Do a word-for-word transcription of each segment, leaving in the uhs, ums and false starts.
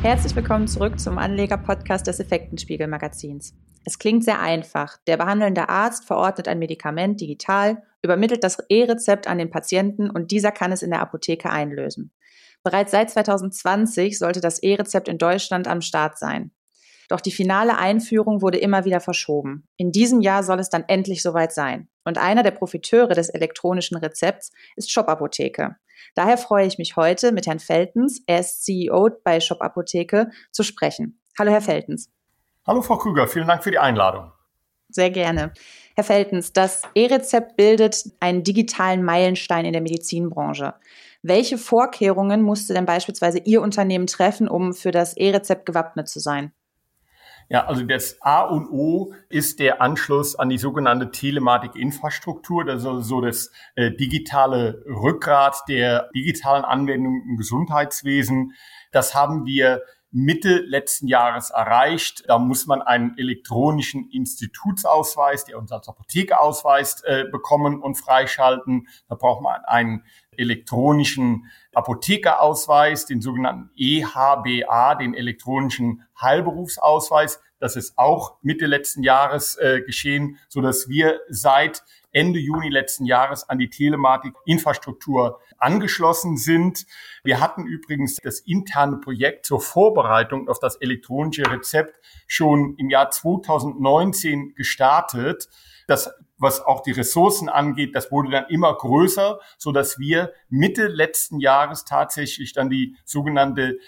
Herzlich willkommen zurück zum Anleger-Podcast des Effektenspiegel-Magazins. Es klingt sehr einfach. Der behandelnde Arzt verordnet ein Medikament digital, übermittelt das E-Rezept an den Patienten und dieser kann es in der Apotheke einlösen. Bereits seit zwanzig zwanzig sollte das E-Rezept in Deutschland am Start sein. Doch die finale Einführung wurde immer wieder verschoben. In diesem Jahr soll es dann endlich soweit sein. Und einer der Profiteure des elektronischen Rezepts ist Shop Apotheke. Daher freue ich mich heute, mit Herrn Veltens, er ist C E O bei Shop Apotheke, zu sprechen. Hallo, Herr Veltens. Hallo, Frau Krüger. Vielen Dank für die Einladung. Sehr gerne. Herr Veltens, das E-Rezept bildet einen digitalen Meilenstein in der Medizinbranche. Welche Vorkehrungen musste denn beispielsweise Ihr Unternehmen treffen, um für das E-Rezept gewappnet zu sein? Ja, also das A und O ist der Anschluss an die sogenannte Telematik-Infrastruktur, das ist so das äh, digitale Rückgrat der digitalen Anwendungen im Gesundheitswesen. Das haben wir Mitte letzten Jahres erreicht. Da muss man einen elektronischen Institutsausweis, der uns als Apotheke ausweist, äh, bekommen und freischalten. Da braucht man einen elektronischen Apothekerausweis, den sogenannten E H B A, den elektronischen Heilberufsausweis. Das ist auch Mitte letzten Jahres äh, geschehen, so dass wir seit Ende Juni letzten Jahres an die Telematik-Infrastruktur angeschlossen sind. Wir hatten übrigens das interne Projekt zur Vorbereitung auf das elektronische Rezept schon im Jahr zwanzig neunzehn gestartet. Das, was auch die Ressourcen angeht, das wurde dann immer größer, so dass wir Mitte letzten Jahres tatsächlich dann die sogenannte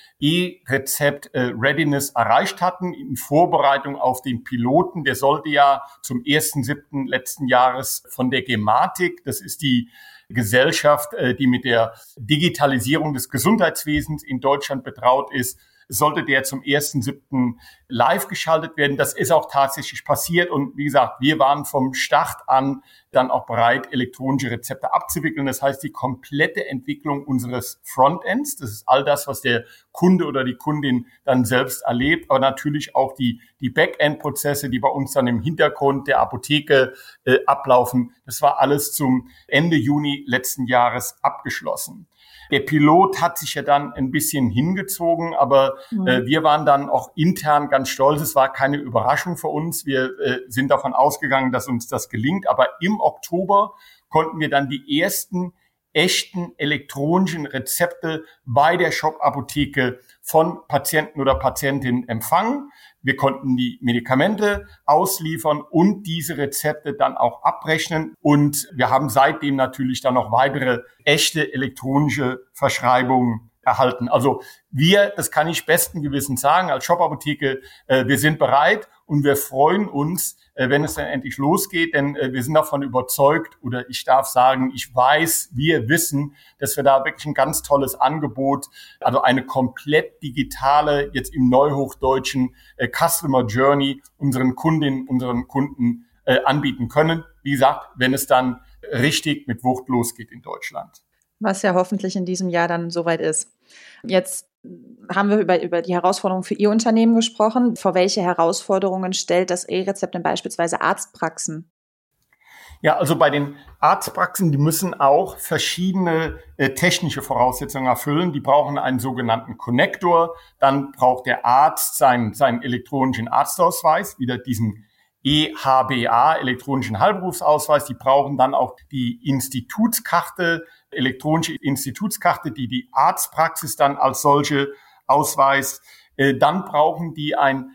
E-Rezept-Readiness erreicht hatten in Vorbereitung auf den Piloten. Der sollte ja zum ersten siebten letzten Jahres von der Gematik, das ist die Gesellschaft, die mit der Digitalisierung des Gesundheitswesens in Deutschland betraut ist, sollte der zum ersten siebten live geschaltet werden. Das ist auch tatsächlich passiert. Und wie gesagt, wir waren vom Start an dann auch bereit, elektronische Rezepte abzuwickeln. Das heißt, die komplette Entwicklung unseres Frontends, das ist all das, was der Kunde oder die Kundin dann selbst erlebt, aber natürlich auch die, die Backend-Prozesse, die bei uns dann im Hintergrund der Apotheke äh, ablaufen. Das war alles zum Ende Juni letzten Jahres abgeschlossen. Der Pilot hat sich ja dann ein bisschen hingezogen, aber mhm. äh, wir waren dann auch intern ganz stolz. Es war keine Überraschung für uns. Wir äh, sind davon ausgegangen, dass uns das gelingt. Aber im Oktober konnten wir dann die ersten echten elektronischen Rezepte bei der Shop-Apotheke von Patienten oder Patientinnen empfangen. Wir konnten die Medikamente ausliefern und diese Rezepte dann auch abrechnen. Und wir haben seitdem natürlich dann noch weitere echte elektronische Verschreibungen erhalten. Also wir, das kann ich besten Gewissens sagen, als Shop-Apotheke, äh, wir sind bereit und wir freuen uns, äh, wenn es dann endlich losgeht, denn äh, wir sind davon überzeugt, oder ich darf sagen, ich weiß, wir wissen, dass wir da wirklich ein ganz tolles Angebot, also eine komplett digitale, jetzt im Neuhochdeutschen äh, Customer Journey unseren Kundinnen, unseren Kunden äh, anbieten können. Wie gesagt, wenn es dann richtig mit Wucht losgeht in Deutschland. Was ja hoffentlich in diesem Jahr dann soweit ist. Jetzt haben wir über, über die Herausforderungen für Ihr Unternehmen gesprochen. Vor welche Herausforderungen stellt das E-Rezept denn beispielsweise Arztpraxen? Ja, also bei den Arztpraxen, die müssen auch verschiedene äh, technische Voraussetzungen erfüllen. Die brauchen einen sogenannten Konnektor. Dann braucht der Arzt seinen, seinen elektronischen Arztausweis, wieder diesen E H B A, elektronischen Heilberufsausweis. Die brauchen dann auch die Institutskarte, elektronische Institutskarte, die die Arztpraxis dann als solche ausweist. Dann brauchen die ein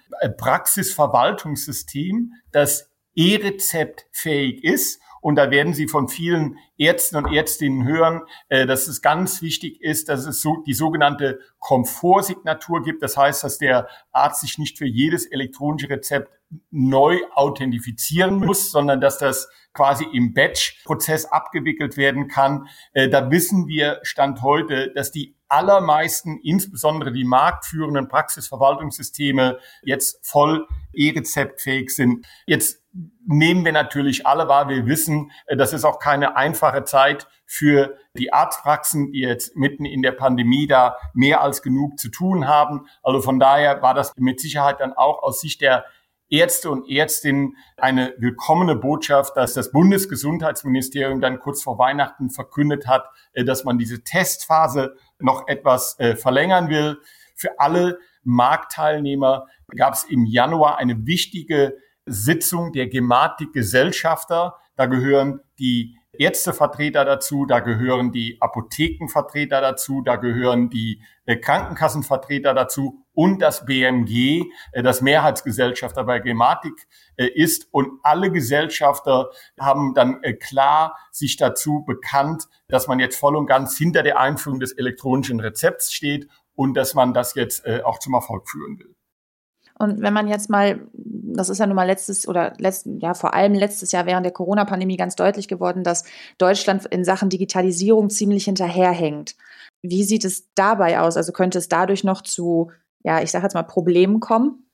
Praxisverwaltungssystem, das E-Rezept-fähig ist. Und da werden Sie von vielen Ärzten und Ärztinnen hören, dass es ganz wichtig ist, dass es so die sogenannte Komfortsignatur gibt. Das heißt, dass der Arzt sich nicht für jedes elektronische Rezept neu authentifizieren muss, sondern dass das quasi im Batch-Prozess abgewickelt werden kann. Da wissen wir Stand heute, dass die allermeisten, insbesondere die marktführenden Praxisverwaltungssysteme, jetzt voll E-rezeptfähig sind. Jetzt nehmen wir natürlich alle wahr. Wir wissen, das ist auch keine einfache Zeit für die Arztpraxen, die jetzt mitten in der Pandemie da mehr als genug zu tun haben. Also von daher war das mit Sicherheit dann auch aus Sicht der Ärzte und Ärztinnen eine willkommene Botschaft, dass das Bundesgesundheitsministerium dann kurz vor Weihnachten verkündet hat, dass man diese Testphase noch etwas verlängern will. Für alle Marktteilnehmer gab es im Januar eine wichtige Sitzung der Gematik-Gesellschafter. Da gehören die Ärztevertreter dazu, da gehören die Apothekenvertreter dazu, da gehören die äh, Krankenkassenvertreter dazu und das B M G, äh, das Mehrheitsgesellschafter bei Gematik äh, ist. Und alle Gesellschafter haben dann äh, klar sich dazu bekannt, dass man jetzt voll und ganz hinter der Einführung des elektronischen Rezepts steht und dass man das jetzt äh, auch zum Erfolg führen will. Und wenn man jetzt mal, das ist ja nun mal letztes oder letzten, ja, vor allem letztes Jahr während der Corona-Pandemie ganz deutlich geworden, dass Deutschland in Sachen Digitalisierung ziemlich hinterherhängt. Wie sieht es dabei aus? Also könnte es dadurch noch zu, ja, ich sage jetzt mal Problemen kommen?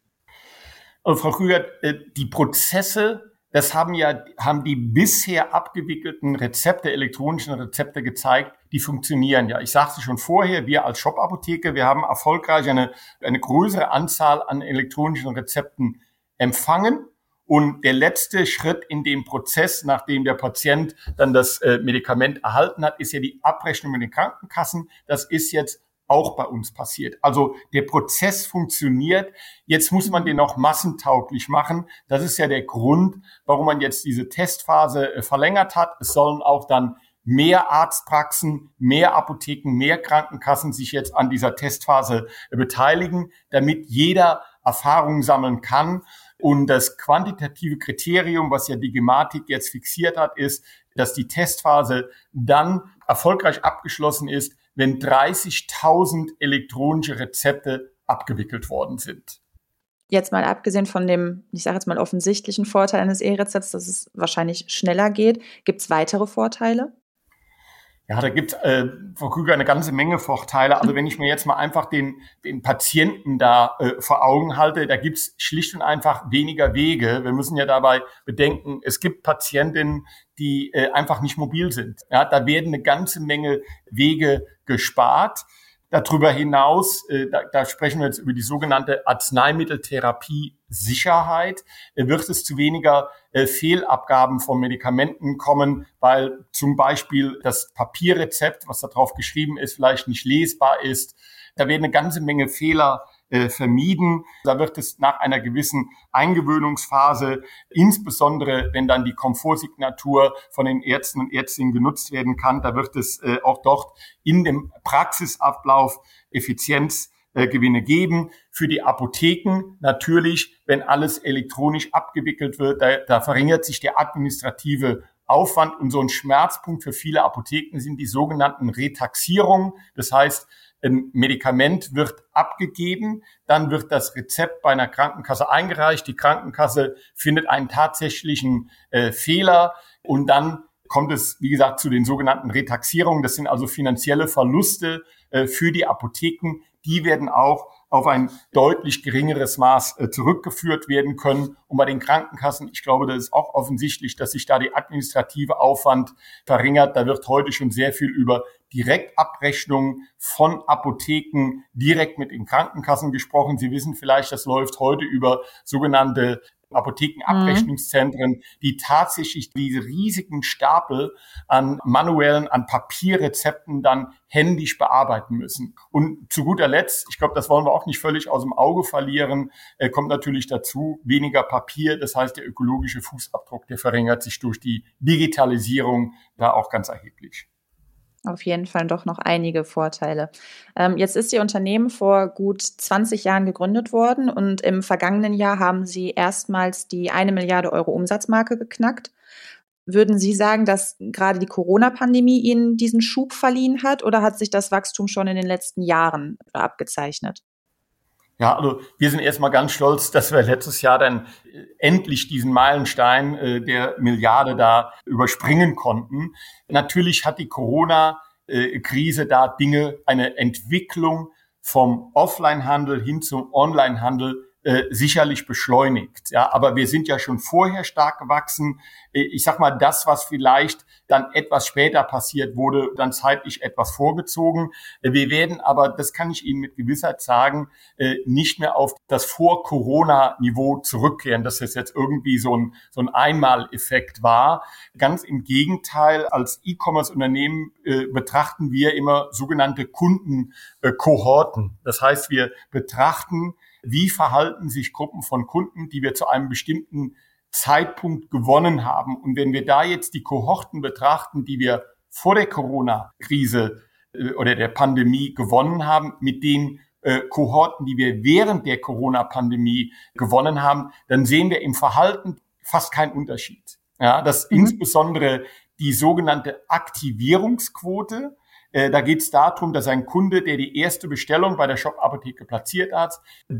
Also Frau Krüger, die Prozesse, das haben ja, haben die bisher abgewickelten Rezepte, elektronischen Rezepte gezeigt, die funktionieren ja. Ich sagte schon vorher, wir als Shop-Apotheke, wir haben erfolgreich eine, eine größere Anzahl an elektronischen Rezepten empfangen. Und der letzte Schritt in dem Prozess, nachdem der Patient dann das äh, Medikament erhalten hat, ist ja die Abrechnung mit den Krankenkassen. Das ist jetzt auch bei uns passiert. Also der Prozess funktioniert. Jetzt muss man den noch massentauglich machen. Das ist ja der Grund, warum man jetzt diese Testphase äh, verlängert hat. Es sollen auch dann mehr Arztpraxen, mehr Apotheken, mehr Krankenkassen sich jetzt an dieser Testphase äh, beteiligen, damit jeder Erfahrungen sammeln kann. Und das quantitative Kriterium, was ja die Gematik jetzt fixiert hat, ist, dass die Testphase dann erfolgreich abgeschlossen ist, wenn dreißigtausend elektronische Rezepte abgewickelt worden sind. Jetzt mal abgesehen von dem, ich sage jetzt mal offensichtlichen Vorteil eines E-Rezepts, dass es wahrscheinlich schneller geht, gibt es weitere Vorteile? Ja, da gibt es, äh, Frau Krüger, eine ganze Menge Vorteile. Also wenn ich mir jetzt mal einfach den, den Patienten da äh, vor Augen halte, da gibt es schlicht und einfach weniger Wege. Wir müssen ja dabei bedenken, es gibt Patientinnen, die äh, einfach nicht mobil sind. Ja, da werden eine ganze Menge Wege gespart. Darüber hinaus, äh, da, da sprechen wir jetzt über die sogenannte Arzneimitteltherapie-Sicherheit, äh, wird es zu weniger äh, Fehlabgaben von Medikamenten kommen, weil zum Beispiel das Papierrezept, was da drauf geschrieben ist, vielleicht nicht lesbar ist. Da werden eine ganze Menge Fehler äh, vermieden. Da wird es nach einer gewissen Eingewöhnungsphase, insbesondere wenn dann die Komfortsignatur von den Ärzten und Ärztinnen genutzt werden kann, da wird es äh, auch dort in dem Praxisablauf Effizienzgewinne äh, geben. Für die Apotheken natürlich, wenn alles elektronisch abgewickelt wird, da, da verringert sich der administrative Aufwand. Und so ein Schmerzpunkt für viele Apotheken sind die sogenannten Retaxierungen. Das heißt, ein Medikament wird abgegeben, dann wird das Rezept bei einer Krankenkasse eingereicht, die Krankenkasse findet einen tatsächlichen äh, Fehler und dann kommt es, wie gesagt, zu den sogenannten Retaxierungen. Das sind also finanzielle Verluste äh, für die Apotheken. Die werden auch auf ein deutlich geringeres Maß äh, zurückgeführt werden können. Und bei den Krankenkassen, ich glaube, das ist auch offensichtlich, dass sich da der administrative Aufwand verringert. Da wird heute schon sehr viel über Direktabrechnung von Apotheken direkt mit den Krankenkassen gesprochen. Sie wissen vielleicht, das läuft heute über sogenannte Apothekenabrechnungszentren, die tatsächlich diese riesigen Stapel an manuellen, an Papierrezepten dann händisch bearbeiten müssen. Und zu guter Letzt, ich glaube, das wollen wir auch nicht völlig aus dem Auge verlieren, äh, kommt natürlich dazu weniger Papier. Das heißt, der ökologische Fußabdruck, der verringert sich durch die Digitalisierung da auch ganz erheblich. Auf jeden Fall doch noch einige Vorteile. Ähm, jetzt ist Ihr Unternehmen vor gut zwanzig Jahren gegründet worden und im vergangenen Jahr haben Sie erstmals die eine Milliarde Euro Umsatzmarke geknackt. Würden Sie sagen, dass gerade die Corona-Pandemie Ihnen diesen Schub verliehen hat oder hat sich das Wachstum schon in den letzten Jahren abgezeichnet? Ja, also wir sind erstmal ganz stolz, dass wir letztes Jahr dann endlich diesen Meilenstein äh, der Milliarde da überspringen konnten. Natürlich hat die Corona-Krise da Dinge, eine Entwicklung vom Offline-Handel hin zum Online-Handel äh, sicherlich beschleunigt. Ja, aber wir sind ja schon vorher stark gewachsen. Ich sag mal, das, was vielleicht dann etwas später passiert, wurde dann zeitlich etwas vorgezogen. Wir werden aber, das kann ich Ihnen mit Gewissheit sagen, nicht mehr auf das Vor-Corona-Niveau zurückkehren, dass es jetzt irgendwie so ein, so ein Einmaleffekt war. Ganz im Gegenteil, als E-Commerce-Unternehmen äh, betrachten wir immer sogenannte Kundenkohorten. Das heißt, wir betrachten, wie verhalten sich Gruppen von Kunden, die wir zu einem bestimmten Zeitpunkt gewonnen haben. Und wenn wir da jetzt die Kohorten betrachten, die wir vor der Corona-Krise äh, oder der Pandemie gewonnen haben, mit den äh, Kohorten, die wir während der Corona-Pandemie gewonnen haben, dann sehen wir im Verhalten fast keinen Unterschied. Ja, dass mhm. insbesondere die sogenannte Aktivierungsquote, da geht es darum, dass ein Kunde, der die erste Bestellung bei der Shop-Apotheke platziert hat,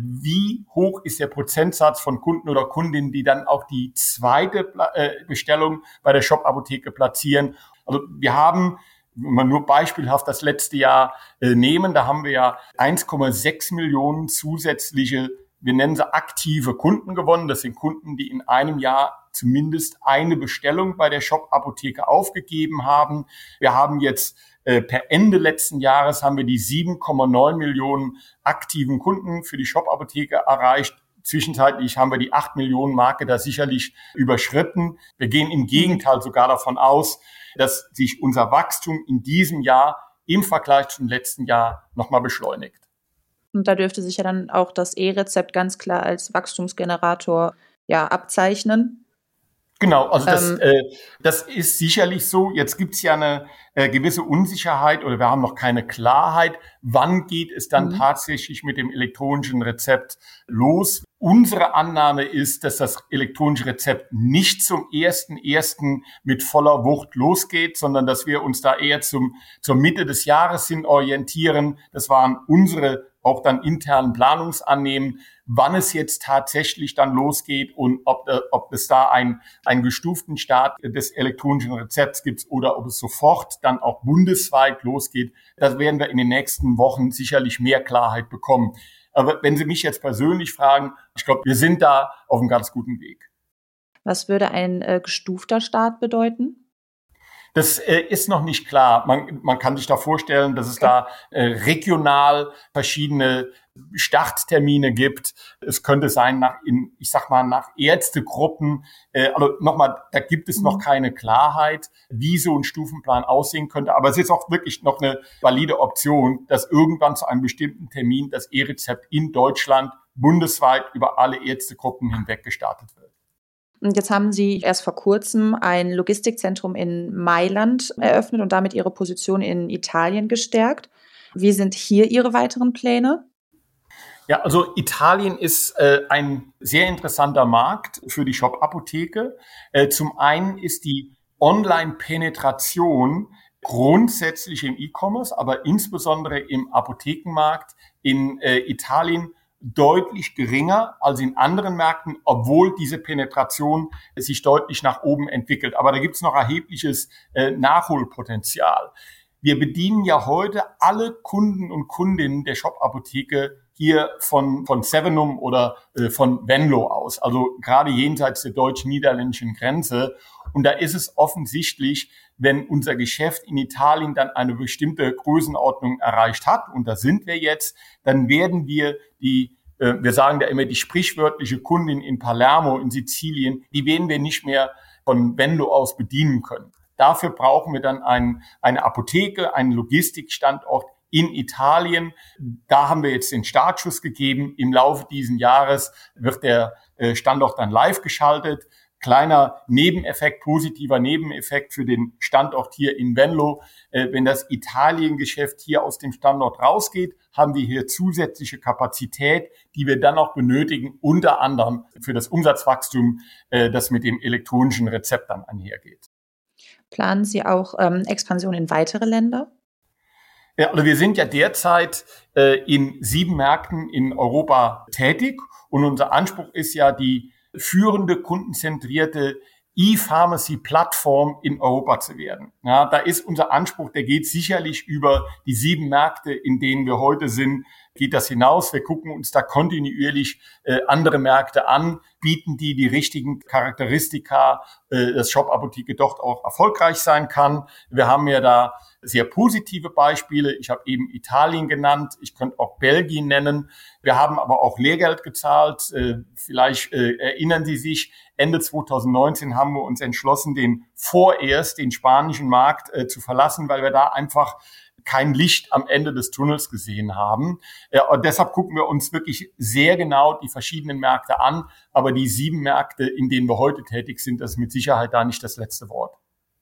wie hoch ist der Prozentsatz von Kunden oder Kundinnen, die dann auch die zweite Bestellung bei der Shop-Apotheke platzieren. Also wir haben, wenn man nur beispielhaft das letzte Jahr nehmen, da haben wir ja eins Komma sechs Millionen zusätzliche, wir nennen sie aktive Kunden gewonnen. Das sind Kunden, die in einem Jahr zumindest eine Bestellung bei der Shop-Apotheke aufgegeben haben. Wir haben jetzt äh, per Ende letzten Jahres haben wir die sieben Komma neun Millionen aktiven Kunden für die Shop-Apotheke erreicht. Zwischenzeitlich haben wir die acht Millionen Marke da sicherlich überschritten. Wir gehen im Gegenteil sogar davon aus, dass sich unser Wachstum in diesem Jahr im Vergleich zum letzten Jahr nochmal beschleunigt. Und da dürfte sich ja dann auch das E-Rezept ganz klar als Wachstumsgenerator ja abzeichnen. Genau, also das, ähm, äh, das ist sicherlich so. Jetzt gibt's ja eine äh, gewisse Unsicherheit oder wir haben noch keine Klarheit, wann geht es dann mhm. tatsächlich mit dem elektronischen Rezept los. Unsere Annahme ist, dass das elektronische Rezept nicht zum ersten ersten mit voller Wucht losgeht, sondern dass wir uns da eher zum zur Mitte des Jahres hin orientieren. Das waren unsere auch dann internen Planungsannehmen, wann es jetzt tatsächlich dann losgeht und ob, äh, ob es da ein, einen gestuften Start des elektronischen Rezepts gibt oder ob es sofort dann auch bundesweit losgeht. Das werden wir in den nächsten Wochen sicherlich mehr Klarheit bekommen. Aber wenn Sie mich jetzt persönlich fragen, ich glaube, wir sind da auf einem ganz guten Weg. Was würde ein äh, gestufter Start bedeuten? Das äh, ist noch nicht klar. Man, man kann sich da vorstellen, dass es da äh, regional verschiedene Starttermine gibt. Es könnte sein nach, in, ich sag mal, nach Ärztegruppen. Äh, also nochmal, da gibt es noch keine Klarheit, wie so ein Stufenplan aussehen könnte. Aber es ist auch wirklich noch eine valide Option, dass irgendwann zu einem bestimmten Termin das E-Rezept in Deutschland bundesweit über alle Ärztegruppen hinweg gestartet wird. Und jetzt haben Sie erst vor kurzem ein Logistikzentrum in Mailand eröffnet und damit Ihre Position in Italien gestärkt. Wie sind hier Ihre weiteren Pläne? Ja, also Italien ist äh, ein sehr interessanter Markt für die Shop-Apotheke. Äh, zum einen ist die Online-Penetration grundsätzlich im E-Commerce, aber insbesondere im Apothekenmarkt in äh, Italien deutlich geringer als in anderen Märkten, obwohl diese Penetration sich deutlich nach oben entwickelt. Aber da gibt es noch erhebliches äh, Nachholpotenzial. Wir bedienen ja heute alle Kunden und Kundinnen der Shop-Apotheke hier von von Sevenum oder äh, von Venlo aus, also gerade jenseits der deutsch-niederländischen Grenze. Und da ist es offensichtlich, wenn unser Geschäft in Italien dann eine bestimmte Größenordnung erreicht hat, und da sind wir jetzt, dann werden wir die, äh, wir sagen da immer, die sprichwörtliche Kundin in Palermo in Sizilien, die werden wir nicht mehr von Venlo aus bedienen können. Dafür brauchen wir dann ein, eine Apotheke, einen Logistikstandort in Italien. Da haben wir jetzt den Startschuss gegeben. Im Laufe dieses Jahres wird der Standort dann live geschaltet. Kleiner Nebeneffekt, positiver Nebeneffekt für den Standort hier in Venlo. Wenn das Italien-Geschäft hier aus dem Standort rausgeht, haben wir hier zusätzliche Kapazität, die wir dann auch benötigen, unter anderem für das Umsatzwachstum, das mit dem elektronischen Rezept dann einhergeht. Planen Sie auch ähm, Expansion in weitere Länder? Ja, also wir sind ja derzeit äh, in sieben Märkten in Europa tätig und unser Anspruch ist ja, die führende kundenzentrierte E-Pharmacy-Plattform in Europa zu werden. Ja, da ist unser Anspruch, der geht sicherlich über die sieben Märkte, in denen wir heute sind, geht das hinaus. Wir gucken uns da kontinuierlich äh, andere Märkte an, bieten die die richtigen Charakteristika, äh, dass Shop-Apotheke dort auch erfolgreich sein kann. Wir haben ja da sehr positive Beispiele. Ich habe eben Italien genannt. Ich könnte auch Belgien nennen. Wir haben aber auch Lehrgeld gezahlt. Äh, vielleicht äh, erinnern Sie sich, Ende zweitausendneunzehn haben wir uns entschlossen, den vorerst den spanischen Markt äh, zu verlassen, weil wir da einfach kein Licht am Ende des Tunnels gesehen haben. Ja, und deshalb gucken wir uns wirklich sehr genau die verschiedenen Märkte an. Aber die sieben Märkte, in denen wir heute tätig sind, das ist mit Sicherheit da nicht das letzte Wort.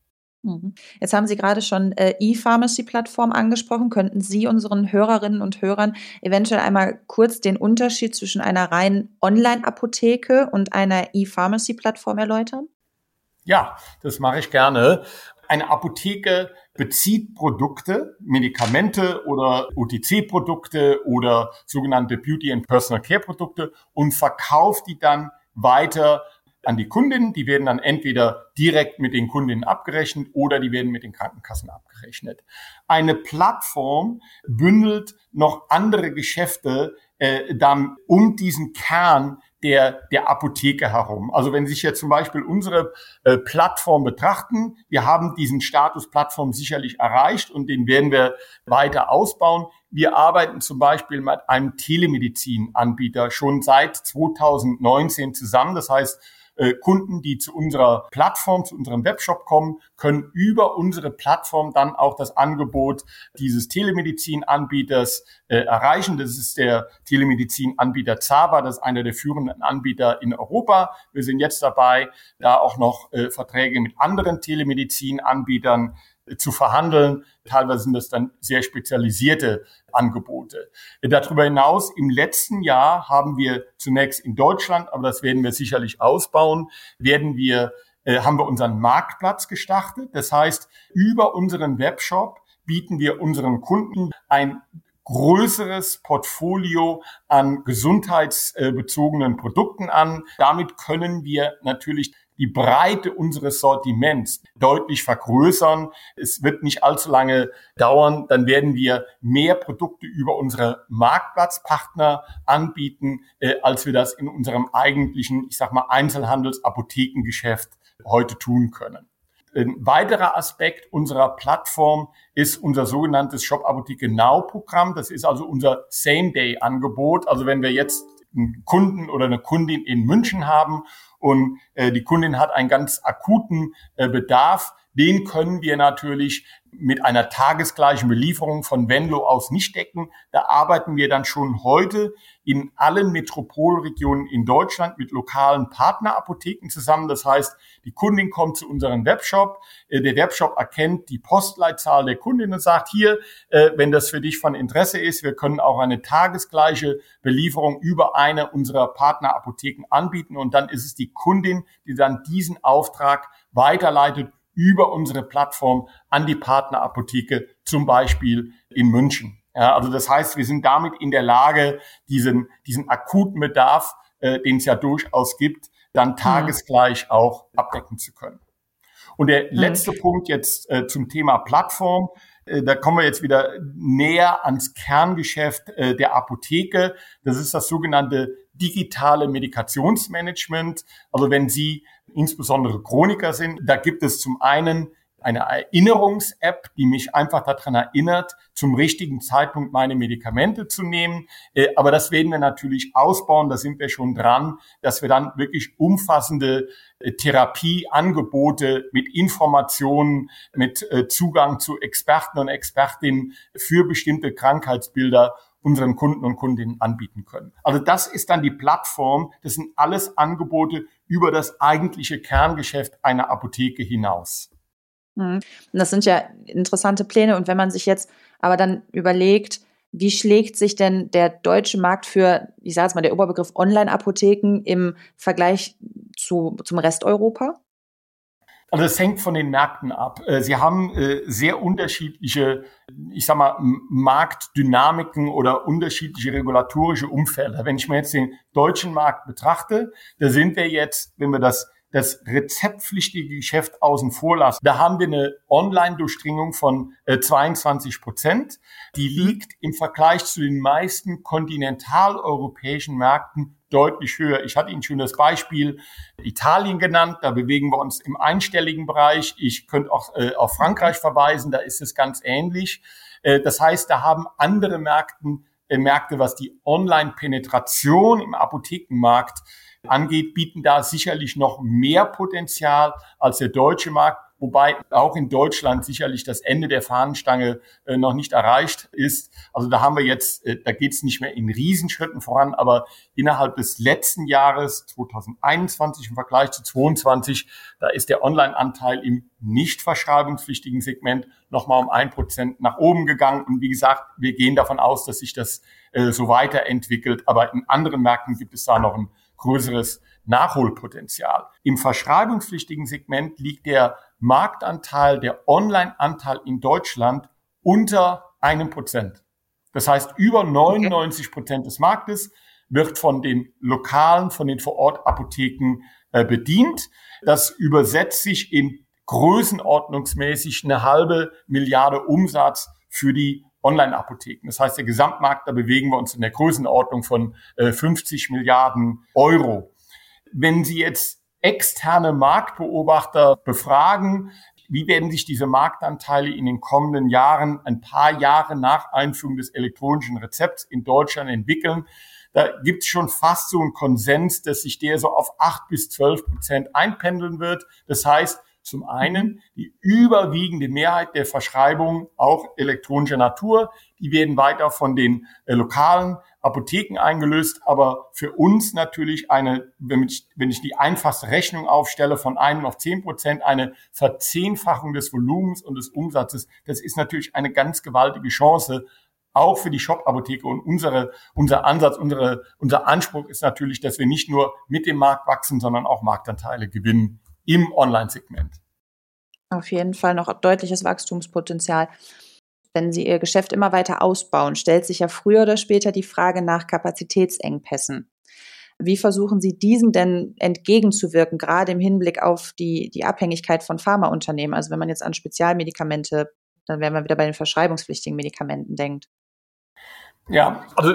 Jetzt haben Sie gerade schon äh, E-Pharmacy-Plattform angesprochen. Könnten Sie unseren Hörerinnen und Hörern eventuell einmal kurz den Unterschied zwischen einer reinen Online-Apotheke und einer E-Pharmacy-Plattform erläutern? Ja, das mache ich gerne. Eine Apotheke bezieht Produkte, Medikamente oder O T C-Produkte oder sogenannte Beauty- and Personal-Care-Produkte und verkauft die dann weiter an die Kundinnen. Die werden dann entweder direkt mit den Kundinnen abgerechnet oder die werden mit den Krankenkassen abgerechnet. Eine Plattform bündelt noch andere Geschäfte äh, dann um diesen Kern der der Apotheke herum. Also wenn Sie sich jetzt zum Beispiel unsere äh, Plattform betrachten, wir haben diesen Status Plattform sicherlich erreicht und den werden wir weiter ausbauen. Wir arbeiten zum Beispiel mit einem Telemedizin-Anbieter schon seit zweitausendneunzehn zusammen. Das heißt, Kunden, die zu unserer Plattform, zu unserem Webshop kommen, können über unsere Plattform dann auch das Angebot dieses Telemedizin-Anbieters äh, erreichen. Das ist der Telemedizin-Anbieter Zava, das ist einer der führenden Anbieter in Europa. Wir sind jetzt dabei, da auch noch äh, Verträge mit anderen Telemedizin-Anbietern zu verhandeln. Teilweise sind das dann sehr spezialisierte Angebote. Darüber hinaus, im letzten Jahr haben wir zunächst in Deutschland, aber das werden wir sicherlich ausbauen, werden wir, äh, haben wir unseren Marktplatz gestartet. Das heißt, über unseren Webshop bieten wir unseren Kunden ein größeres Portfolio an gesundheitsbezogenen Produkten an. Damit können wir natürlich die Breite unseres Sortiments deutlich vergrößern. Es wird nicht allzu lange dauern, dann werden wir mehr Produkte über unsere Marktplatzpartner anbieten, äh, als wir das in unserem eigentlichen, ich sag mal, Einzelhandelsapothekengeschäft heute tun können. Ein weiterer Aspekt unserer Plattform ist unser sogenanntes Shop Apotheke Now Programm. Das ist also unser Same-Day-Angebot. Also wenn wir jetzt einen Kunden oder eine Kundin in München haben und äh, die Kundin hat einen ganz akuten äh, Bedarf, den können wir natürlich mit einer tagesgleichen Belieferung von Venlo aus nicht decken. Da arbeiten wir dann schon heute in allen Metropolregionen in Deutschland mit lokalen Partnerapotheken zusammen. Das heißt, die Kundin kommt zu unserem Webshop, äh, der Webshop erkennt die Postleitzahl der Kundin und sagt, hier, äh, wenn das für dich von Interesse ist, wir können auch eine tagesgleiche Belieferung über eine unserer Partnerapotheken anbieten und dann ist es die Kundin, die dann diesen Auftrag weiterleitet über unsere Plattform an die Partnerapotheke, zum Beispiel in München. Ja, also das heißt, wir sind damit in der Lage, diesen, diesen akuten Bedarf, äh, den es ja durchaus gibt, dann tagesgleich auch abdecken zu können. Und der letzte mhm. Punkt jetzt äh, zum Thema Plattform. Äh, da kommen wir jetzt wieder näher ans Kerngeschäft äh, der Apotheke. Das ist das sogenannte digitale Medikationsmanagement. Also wenn Sie insbesondere Chroniker sind, da gibt es zum einen eine Erinnerungs-App, die mich einfach daran erinnert, zum richtigen Zeitpunkt meine Medikamente zu nehmen. Aber das werden wir natürlich ausbauen, da sind wir schon dran, dass wir dann wirklich umfassende Therapieangebote mit Informationen, mit Zugang zu Experten und Expertinnen für bestimmte Krankheitsbilder unseren Kunden und Kundinnen anbieten können. Also das ist dann die Plattform, das sind alles Angebote über das eigentliche Kerngeschäft einer Apotheke hinaus. Das sind ja interessante Pläne und wenn man sich jetzt aber dann überlegt, wie schlägt sich denn der deutsche Markt für, ich sage jetzt mal der Oberbegriff Online-Apotheken im Vergleich zu, zum Rest Europa? Also es hängt von den Märkten ab. Sie haben sehr unterschiedliche, ich sag mal, Marktdynamiken oder unterschiedliche regulatorische Umfelder. Wenn ich mir jetzt den deutschen Markt betrachte, da sind wir jetzt, wenn wir das das rezeptpflichtige Geschäft außen vor lassen, da haben wir eine Online-Durchdringung von äh, zweiundzwanzig Prozent. Die liegt im Vergleich zu den meisten kontinentaleuropäischen Märkten deutlich höher. Ich hatte Ihnen schon das Beispiel Italien genannt, da bewegen wir uns im einstelligen Bereich. Ich könnte auch äh, auf Frankreich verweisen, da ist es ganz ähnlich. Äh, das heißt, da haben andere Märkten, äh, Märkte, was die Online-Penetration im Apothekenmarkt angeht, bieten da sicherlich noch mehr Potenzial als der deutsche Markt, wobei auch in Deutschland sicherlich das Ende der Fahnenstange äh, noch nicht erreicht ist. Also da haben wir jetzt, äh, da geht es nicht mehr in Riesenschritten voran, aber innerhalb des letzten Jahres zwanzig einundzwanzig im Vergleich zu zweiundzwanzig, da ist der Online-Anteil im nicht verschreibungspflichtigen Segment nochmal um ein Prozent nach oben gegangen. Und wie gesagt, wir gehen davon aus, dass sich das äh, so weiterentwickelt, aber in anderen Märkten gibt es da noch ein größeres Nachholpotenzial. Im verschreibungspflichtigen Segment liegt der Marktanteil, der Online-Anteil in Deutschland unter einem Prozent. Das heißt, über neunundneunzig Prozent des Marktes wird von den lokalen, von den Vorortapotheken äh, bedient. Das übersetzt sich in größenordnungsmäßig eine halbe Milliarde Umsatz für die Online-Apotheken. Das heißt, der Gesamtmarkt, da bewegen wir uns in der Größenordnung von äh, fünfzig Milliarden Euro. Wenn Sie jetzt externe Marktbeobachter befragen, wie werden sich diese Marktanteile in den kommenden Jahren, ein paar Jahre nach Einführung des elektronischen Rezepts in Deutschland entwickeln, da gibt es schon fast so einen Konsens, dass sich der so auf acht bis zwölf Prozent einpendeln wird. Das heißt, zum einen die überwiegende Mehrheit der Verschreibungen, auch elektronischer Natur, die werden weiter von den äh, lokalen Apotheken eingelöst, aber für uns natürlich eine, wenn ich, wenn ich die einfachste Rechnung aufstelle, von einem auf zehn Prozent, eine Verzehnfachung des Volumens und des Umsatzes, das ist natürlich eine ganz gewaltige Chance, auch für die Shop-Apotheke. Und unsere, unser Ansatz, unsere, unser Anspruch ist natürlich, dass wir nicht nur mit dem Markt wachsen, sondern auch Marktanteile gewinnen im Online-Segment. Auf jeden Fall noch deutliches Wachstumspotenzial. Wenn Sie Ihr Geschäft immer weiter ausbauen, stellt sich ja früher oder später die Frage nach Kapazitätsengpässen. Wie versuchen Sie diesen denn entgegenzuwirken, gerade im Hinblick auf die, die Abhängigkeit von Pharmaunternehmen? Also wenn man jetzt an Spezialmedikamente, dann wären wir wieder bei den verschreibungspflichtigen Medikamenten denkt. Ja, also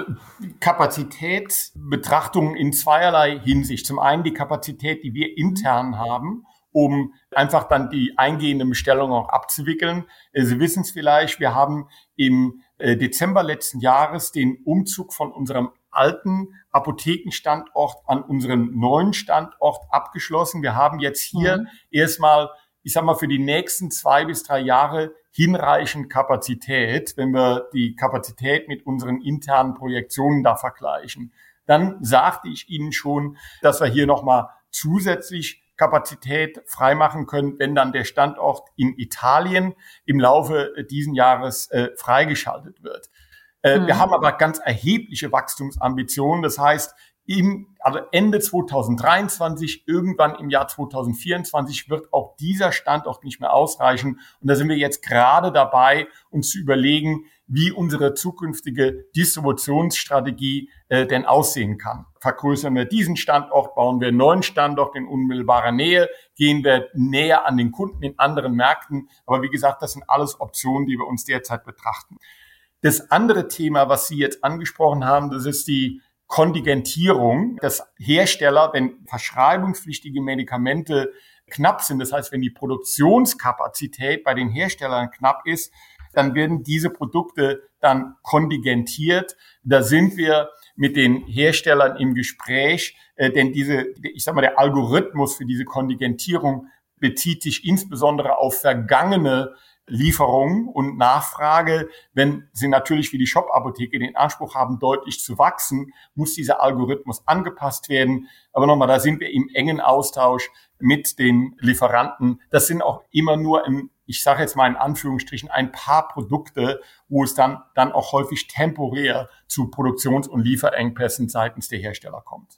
Kapazitätsbetrachtungen in zweierlei Hinsicht. Zum einen die Kapazität, die wir intern haben, um einfach dann die eingehenden Bestellungen auch abzuwickeln. Sie wissen es vielleicht, wir haben im Dezember letzten Jahres den Umzug von unserem alten Apothekenstandort an unseren neuen Standort abgeschlossen. Wir haben jetzt hier mhm. erstmal, ich sag mal, für die nächsten zwei bis drei Jahre hinreichend Kapazität, wenn wir die Kapazität mit unseren internen Projektionen da vergleichen. Dann sagte ich Ihnen schon, dass wir hier nochmal zusätzlich Kapazität freimachen können, wenn dann der Standort in Italien im Laufe diesen Jahres äh, freigeschaltet wird. Äh, mhm. Wir haben aber ganz erhebliche Wachstumsambitionen. Das heißt, im, also Ende zwanzig dreiundzwanzig, irgendwann im Jahr zwanzig vierundzwanzig wird auch dieser Standort nicht mehr ausreichen. Und da sind wir jetzt gerade dabei, uns zu überlegen, wie unsere zukünftige Distributionsstrategie äh, denn aussehen kann. Vergrößern wir diesen Standort, bauen wir einen neuen Standort in unmittelbarer Nähe, gehen wir näher an den Kunden in anderen Märkten. Aber wie gesagt, das sind alles Optionen, die wir uns derzeit betrachten. Das andere Thema, was Sie jetzt angesprochen haben, das ist die Kontingentierung, dass Hersteller, wenn verschreibungspflichtige Medikamente knapp sind, das heißt, wenn die Produktionskapazität bei den Herstellern knapp ist, dann werden diese Produkte dann kontingentiert. Da sind wir mit den Herstellern im Gespräch, äh, denn diese, ich sag mal, der Algorithmus für diese Kontingentierung bezieht sich insbesondere auf vergangene Lieferung und Nachfrage. Wenn Sie natürlich wie die Shop-Apotheke den Anspruch haben, deutlich zu wachsen, muss dieser Algorithmus angepasst werden. Aber nochmal, da sind wir im engen Austausch mit den Lieferanten. Das sind auch immer nur, in, ich sage jetzt mal in Anführungsstrichen, ein paar Produkte, wo es dann, dann auch häufig temporär zu Produktions- und Lieferengpässen seitens der Hersteller kommt.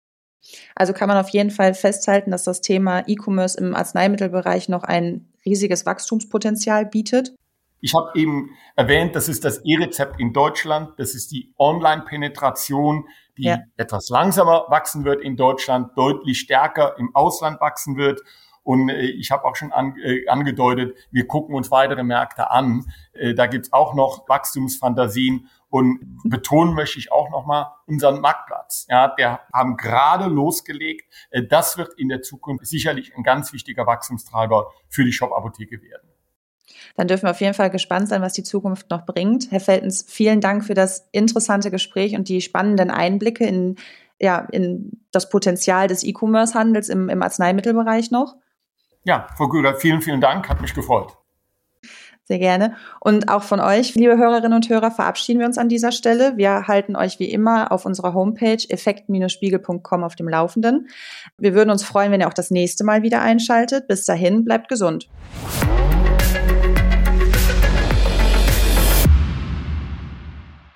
Also kann man auf jeden Fall festhalten, dass das Thema E-Commerce im Arzneimittelbereich noch ein riesiges Wachstumspotenzial bietet? Ich habe eben erwähnt, das ist das E-Rezept in Deutschland, das ist die Online-Penetration, die ja. etwas langsamer wachsen wird in Deutschland, deutlich stärker im Ausland wachsen wird. Und äh, ich habe auch schon an, äh, angedeutet, wir gucken uns weitere Märkte an. Äh, da gibt's auch noch Wachstumsfantasien. Und betonen möchte ich auch nochmal unseren Marktplatz. Ja, der haben gerade losgelegt. Äh, das wird in der Zukunft sicherlich ein ganz wichtiger Wachstumstreiber für die Shop-Apotheke werden. Dann dürfen wir auf jeden Fall gespannt sein, was die Zukunft noch bringt. Herr Veltens, vielen Dank für das interessante Gespräch und die spannenden Einblicke in, ja, in das Potenzial des E-Commerce-Handels im, im Arzneimittelbereich noch. Ja, Frau Güler, vielen, vielen Dank. Hat mich gefreut. Sehr gerne. Und auch von euch, liebe Hörerinnen und Hörer, verabschieden wir uns an dieser Stelle. Wir halten euch wie immer auf unserer Homepage effekt Spiegel Punkt com auf dem Laufenden. Wir würden uns freuen, wenn ihr auch das nächste Mal wieder einschaltet. Bis dahin, bleibt gesund.